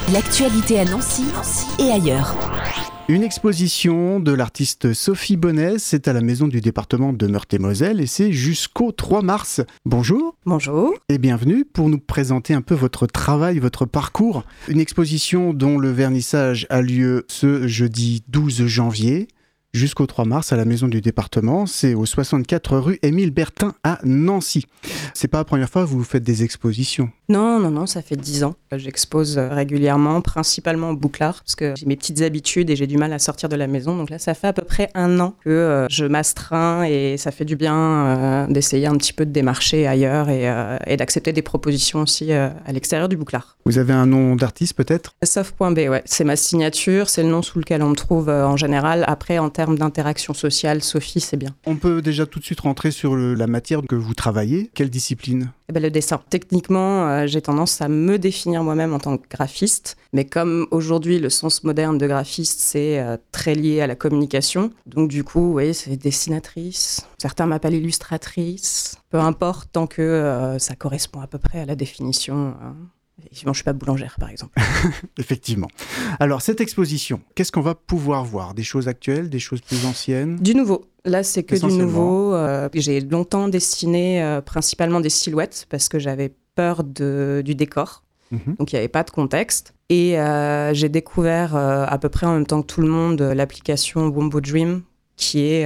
L'actualité à Nancy et ailleurs. Une exposition de l'artiste Sophie Bonnet, c'est à la Maison du département de Meurthe-et-Moselle et c'est jusqu'au 3 mars. Bonjour. Bonjour. Et bienvenue pour nous présenter un peu votre travail, votre parcours. Une exposition dont le vernissage a lieu ce jeudi 12 janvier jusqu'au 3 mars à la Maison du département. C'est au 64 rue Émile Bertin à Nancy. C'est pas la première fois que vous faites des expositions? Non, ça fait 10 ans. J'expose régulièrement, principalement au Bouclard, parce que j'ai mes petites habitudes et j'ai du mal à sortir de la maison. Donc là, ça fait à peu près 1 an que je m'astreins et ça fait du bien d'essayer un petit peu de démarcher ailleurs et d'accepter des propositions aussi à l'extérieur du Bouclard. Vous avez un nom d'artiste peut-être? Sof.b, ouais. C'est ma signature, c'est le nom sous lequel on me trouve en général. Après, en termes d'interaction sociale, Sophie, c'est bien. On peut déjà tout de suite rentrer sur la matière que vous travaillez. Quelle discipline? Le dessin. Techniquement, j'ai tendance à me définir moi-même en tant que graphiste, mais comme aujourd'hui le sens moderne de graphiste, c'est très lié à la communication, donc du coup, oui, c'est dessinatrice, certains m'appellent illustratrice, peu importe, tant que ça correspond à peu près à la définition. Effectivement, je ne suis pas boulangère, par exemple. Effectivement. Alors, cette exposition, qu'est-ce qu'on va pouvoir voir? Des choses actuelles, des choses plus anciennes? Du nouveau. Là, c'est que du nouveau. J'ai longtemps dessiné principalement des silhouettes parce que j'avais peur du décor. Donc, il n'y avait pas de contexte. Et j'ai découvert à peu près en même temps que tout le monde l'application Wombo Dream, qui est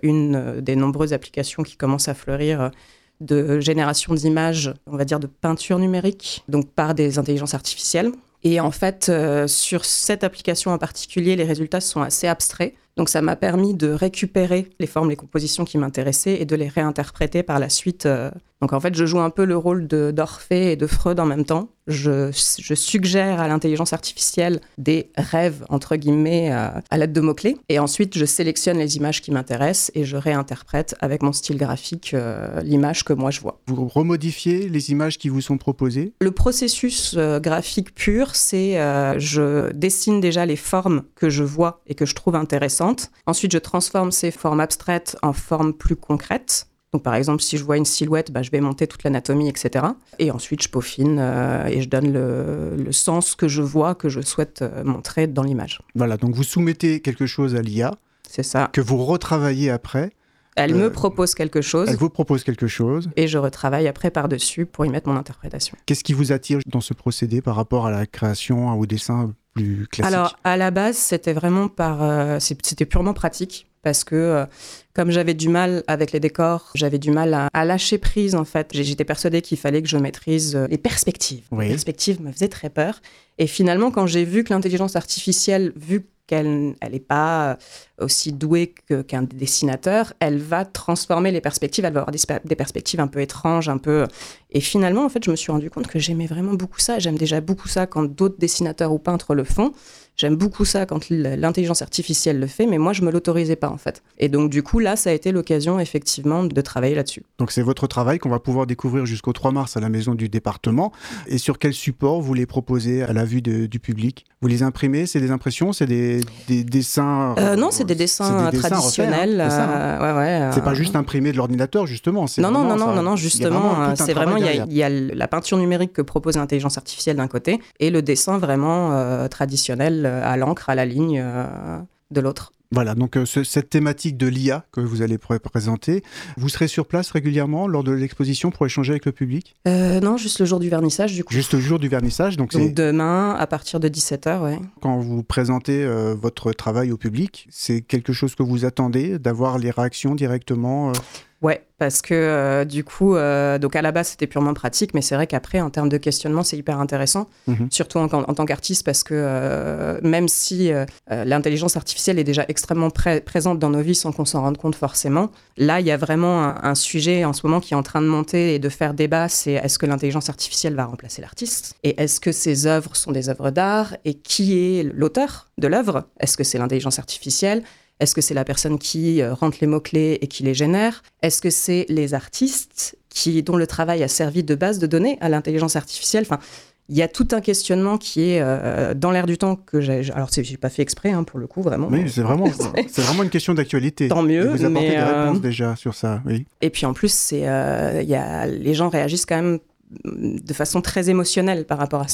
une des nombreuses applications qui commencent à fleurir de génération d'images, on va dire de peinture numérique, donc par des intelligences artificielles. Et en fait, sur cette application en particulier, les résultats sont assez abstraits. Donc ça m'a permis de récupérer les formes, les compositions qui m'intéressaient et de les réinterpréter par la suite. Donc en fait, je joue un peu le rôle d'Orphée et de Freud en même temps. Je suggère à l'intelligence artificielle des rêves, entre guillemets, à l'aide de mots-clés. Et ensuite, je sélectionne les images qui m'intéressent et je réinterprète avec mon style graphique l'image que moi je vois. Vous remodifiez les images qui vous sont proposées? Le processus graphique pur, c'est je dessine déjà les formes que je vois et que je trouve intéressantes. Ensuite, je transforme ces formes abstraites en formes plus concrètes. Donc, par exemple, si je vois une silhouette, je vais monter toute l'anatomie, etc. Et ensuite, je peaufine et je donne le sens que je vois, que je souhaite montrer dans l'image. Voilà, donc vous soumettez quelque chose à l'IA. C'est ça. Que vous retravaillez après. Elle me propose quelque chose. Elle vous propose quelque chose. Et je retravaille après par-dessus pour y mettre mon interprétation. Qu'est-ce qui vous attire dans ce procédé par rapport à la création, au dessin plus classique? Alors, à la base, c'était vraiment c'était purement pratique. Parce que comme j'avais du mal avec les décors, j'avais du mal à lâcher prise en fait. J'étais persuadée qu'il fallait que je maîtrise les perspectives. Oui. Les perspectives me faisaient très peur. Et finalement, quand j'ai vu que l'intelligence artificielle, vu qu'elle n'est pas aussi douée qu'un dessinateur, elle va transformer les perspectives, elle va avoir des perspectives un peu étranges, un peu... Et finalement, en fait, je me suis rendu compte que j'aimais vraiment beaucoup ça. J'aime déjà beaucoup ça quand d'autres dessinateurs ou peintres le font. J'aime beaucoup ça quand l'intelligence artificielle le fait, mais moi, je ne me l'autorisais pas, en fait. Et donc, du coup, là, ça a été l'occasion, effectivement, de travailler là-dessus. Donc, c'est votre travail qu'on va pouvoir découvrir jusqu'au 3 mars à la Maison du département. Et sur quel support vous les proposez à la vue du public? Vous les imprimez? C'est des impressions? C'est des dessins? Non, c'est des dessins traditionnels. C'est pas juste imprimé de l'ordinateur, justement. Non, justement, c'est vraiment, il y a la peinture numérique que propose l'intelligence artificielle d'un côté et le dessin vraiment traditionnel à l'encre, à la ligne de l'autre. Voilà, donc cette thématique de l'IA que vous allez présenter, vous serez sur place régulièrement lors de l'exposition pour échanger avec le public? Non, juste le jour du vernissage, du coup. Juste le jour du vernissage, donc c'est... demain, à partir de 17h, ouais. Quand vous présentez votre travail au public, c'est quelque chose que vous attendez, d'avoir les réactions directement Ouais, parce que du coup, donc à la base, c'était purement pratique, mais c'est vrai qu'après, en termes de questionnement, c'est hyper intéressant, surtout en tant qu'artiste, parce que même si l'intelligence artificielle est déjà extrêmement présente dans nos vies sans qu'on s'en rende compte forcément, là, il y a vraiment un sujet en ce moment qui est en train de monter et de faire débat, c'est est-ce que l'intelligence artificielle va remplacer l'artiste? Et est-ce que ces œuvres sont des œuvres d'art? Et qui est l'auteur de l'œuvre? Est-ce que c'est l'intelligence artificielle? Est-ce que c'est la personne qui rentre les mots-clés et qui les génère? Est-ce que c'est les artistes dont le travail a servi de base de données à l'intelligence artificielle? Enfin, il y a tout un questionnement qui est dans l'air du temps que j'ai... Alors, je n'ai pas fait exprès, pour le coup, vraiment. Oui, c'est vraiment une question d'actualité. Tant mieux. Et vous apportez des réponses déjà sur ça, oui. Et puis, en plus, les gens réagissent quand même de façon très émotionnelle par rapport à ça.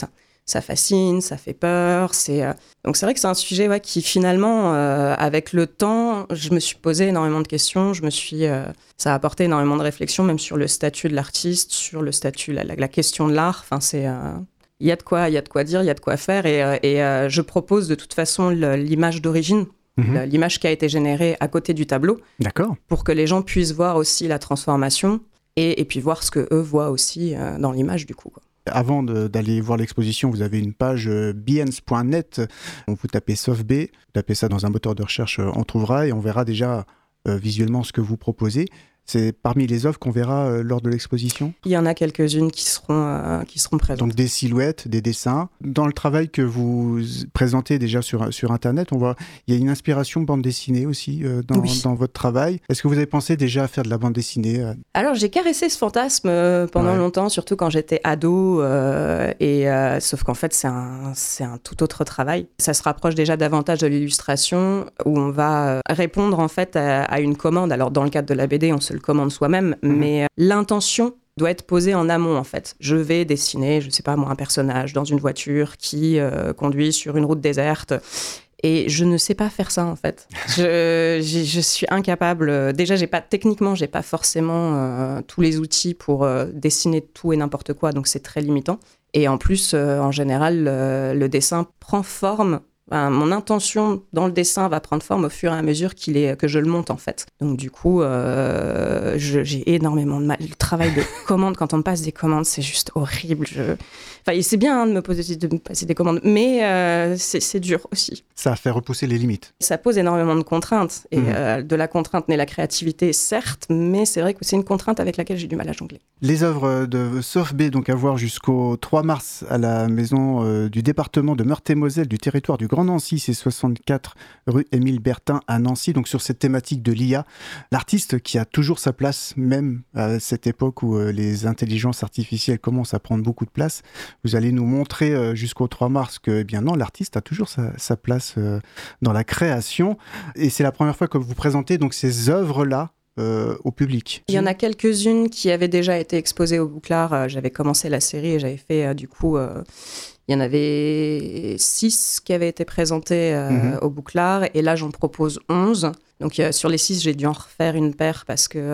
ça fascine, ça fait peur. Donc c'est vrai que c'est un sujet qui finalement, avec le temps, je me suis posé énormément de questions. Ça a apporté énormément de réflexions, même sur le statut de l'artiste, sur le statut, la question de l'art. Enfin, il y a de quoi dire, il y a de quoi faire. Et je propose de toute façon l'image d'origine. L'image qui a été générée à côté du tableau. D'accord. Pour que les gens puissent voir aussi la transformation et puis voir ce qu'eux voient aussi dans l'image du coup. Avant d'aller voir l'exposition, vous avez une page behance.net. Vous tapez SOFB, vous tapez ça dans un moteur de recherche, on trouvera et on verra déjà visuellement ce que vous proposez. C'est parmi les œuvres qu'on verra lors de l'exposition ? Il y en a quelques-unes qui seront présentes. Donc des silhouettes, des dessins. Dans le travail que vous présentez déjà sur Internet, on voit il y a une inspiration bande dessinée aussi dans votre travail. Est-ce que vous avez pensé déjà à faire de la bande dessinée ? Alors j'ai caressé ce fantasme pendant longtemps, surtout quand j'étais ado. Sauf qu'en fait c'est un tout autre travail. Ça se rapproche déjà davantage de l'illustration où on va répondre en fait à une commande. Alors dans le cadre de la BD, on se le commande soi-même, mais l'intention doit être posée en amont, en fait. Je vais dessiner, je sais pas moi, un personnage dans une voiture qui conduit sur une route déserte. Et je ne sais pas faire ça, en fait. Je suis incapable. Déjà, j'ai pas forcément tous les outils pour dessiner tout et n'importe quoi, donc c'est très limitant. Et en plus, en général, le dessin prend forme. Mon intention dans le dessin va prendre forme au fur et à mesure que je le monte en fait. Donc du coup, j'ai énormément de mal. Le travail de commande, quand on me passe des commandes, c'est juste horrible. C'est bien de me passer des commandes, mais c'est dur aussi. Ça fait repousser les limites. Ça pose énormément de contraintes. Et de la contrainte naît la créativité, certes, mais c'est vrai que c'est une contrainte avec laquelle j'ai du mal à jongler. Les œuvres de SOFB, donc à voir jusqu'au 3 mars à la maison du département de Meurthe-et-Moselle, du territoire du Grand Nancy, c'est 64 rue Émile Bertin à Nancy, donc sur cette thématique de l'IA. L'artiste qui a toujours sa place, même à cette époque où les intelligences artificielles commencent à prendre beaucoup de place. Vous allez nous montrer jusqu'au 3 mars que, eh bien non, l'artiste a toujours sa place dans la création. Et c'est la première fois que vous présentez donc ces œuvres-là au public. Il y en a quelques-unes qui avaient déjà été exposées au Bouclard. J'avais commencé la série et j'avais fait il y en avait 6 qui avaient été présentés au Bouclard et là j'en propose 11. Donc sur les 6, j'ai dû en refaire une paire parce que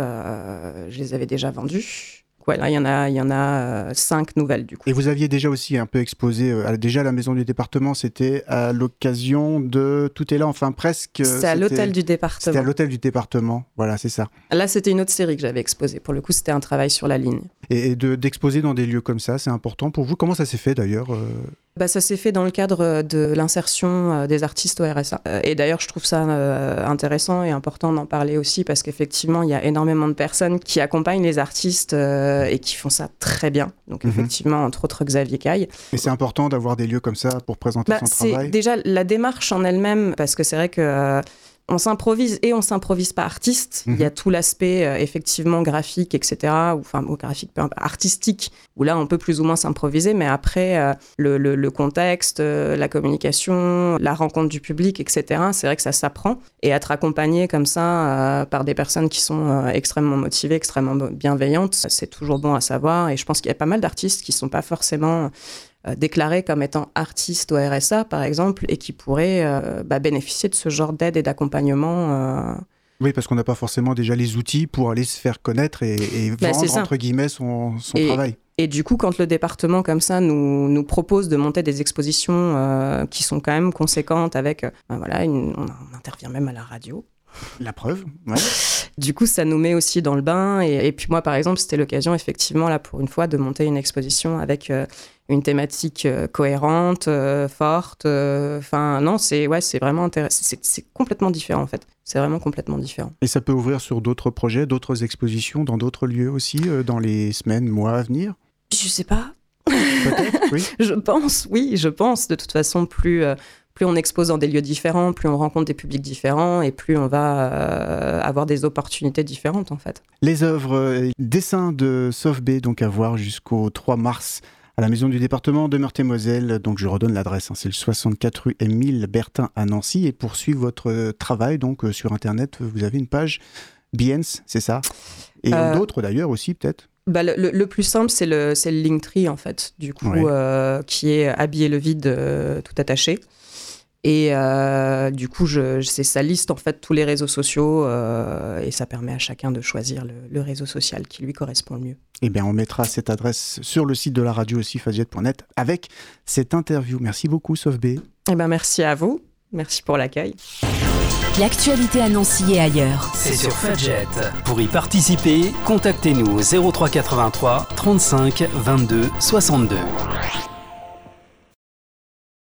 je les avais déjà vendus. Là, il y en a 5 nouvelles du coup. Et vous aviez déjà aussi un peu exposé, déjà à la maison du département, c'était à l'occasion de Tout est là, enfin presque. C'était à l'hôtel du département. C'était à l'hôtel du département, voilà, c'est ça. Là, c'était une autre série que j'avais exposée. Pour le coup, c'était un travail sur la ligne. Et d'exposer dans des lieux comme ça, c'est important pour vous. Comment ça s'est fait d'ailleurs Ça s'est fait dans le cadre de l'insertion des artistes au RSA. Et d'ailleurs, je trouve ça intéressant et important d'en parler aussi parce qu'effectivement, il y a énormément de personnes qui accompagnent les artistes et qui font ça très bien. Donc effectivement, entre autres Xavier Caille. Et c'est important d'avoir des lieux comme ça pour présenter son travail. Déjà, la démarche en elle-même, parce que c'est vrai que... on s'improvise et on s'improvise pas artiste. Il y a tout l'aspect effectivement graphique, etc. Graphique, artistique, où là on peut plus ou moins s'improviser, mais après le contexte, la communication, la rencontre du public, etc. C'est vrai que ça s'apprend. Et être accompagné comme ça par des personnes qui sont extrêmement motivées, extrêmement bienveillantes, c'est toujours bon à savoir. Et je pense qu'il y a pas mal d'artistes qui sont pas forcément déclarés comme étant artistes au RSA, par exemple, et qui pourraient bénéficier de ce genre d'aide et d'accompagnement. Oui, parce qu'on n'a pas forcément déjà les outils pour aller se faire connaître et vendre, entre guillemets, son travail. Et du coup, quand le département, comme ça, nous propose de monter des expositions qui sont quand même conséquentes avec... on intervient même à la radio. La preuve, ouais. Du coup, ça nous met aussi dans le bain. Et puis moi, par exemple, c'était l'occasion, effectivement, là, pour une fois, de monter une exposition avec une thématique cohérente, forte. Non, c'est vraiment intéressant. C'est complètement différent, en fait. C'est vraiment complètement différent. Et ça peut ouvrir sur d'autres projets, d'autres expositions, dans d'autres lieux aussi, dans les semaines, mois à venir ? Je sais pas. Peut-être, oui. Je pense. De toute façon, plus on expose dans des lieux différents, plus on rencontre des publics différents et plus on va avoir des opportunités différentes en fait. Les œuvres dessins de SOFB, donc à voir jusqu'au 3 mars à la maison du département de Meurthe-et-Moselle. Donc je redonne l'adresse, c'est le 64 rue Émile Bertin à Nancy. Et pour suivre votre travail donc sur Internet, vous avez une page Behance, c'est ça ? Et d'autres d'ailleurs aussi peut-être ? Le plus simple, c'est le Linktree, en fait, du coup, qui est habiller le vide tout attaché. Et du coup, ça liste en fait tous les réseaux sociaux et ça permet à chacun de choisir le réseau social qui lui correspond le mieux. Eh bien, on mettra cette adresse sur le site de la radio aussi, fazjet.net, avec cette interview. Merci beaucoup, Sofbé. Eh bien, merci à vous. Merci pour l'accueil. L'actualité à Nancy et ailleurs. C'est sur Fadjet. Pour y participer, contactez-nous au 03 83 35 22 62.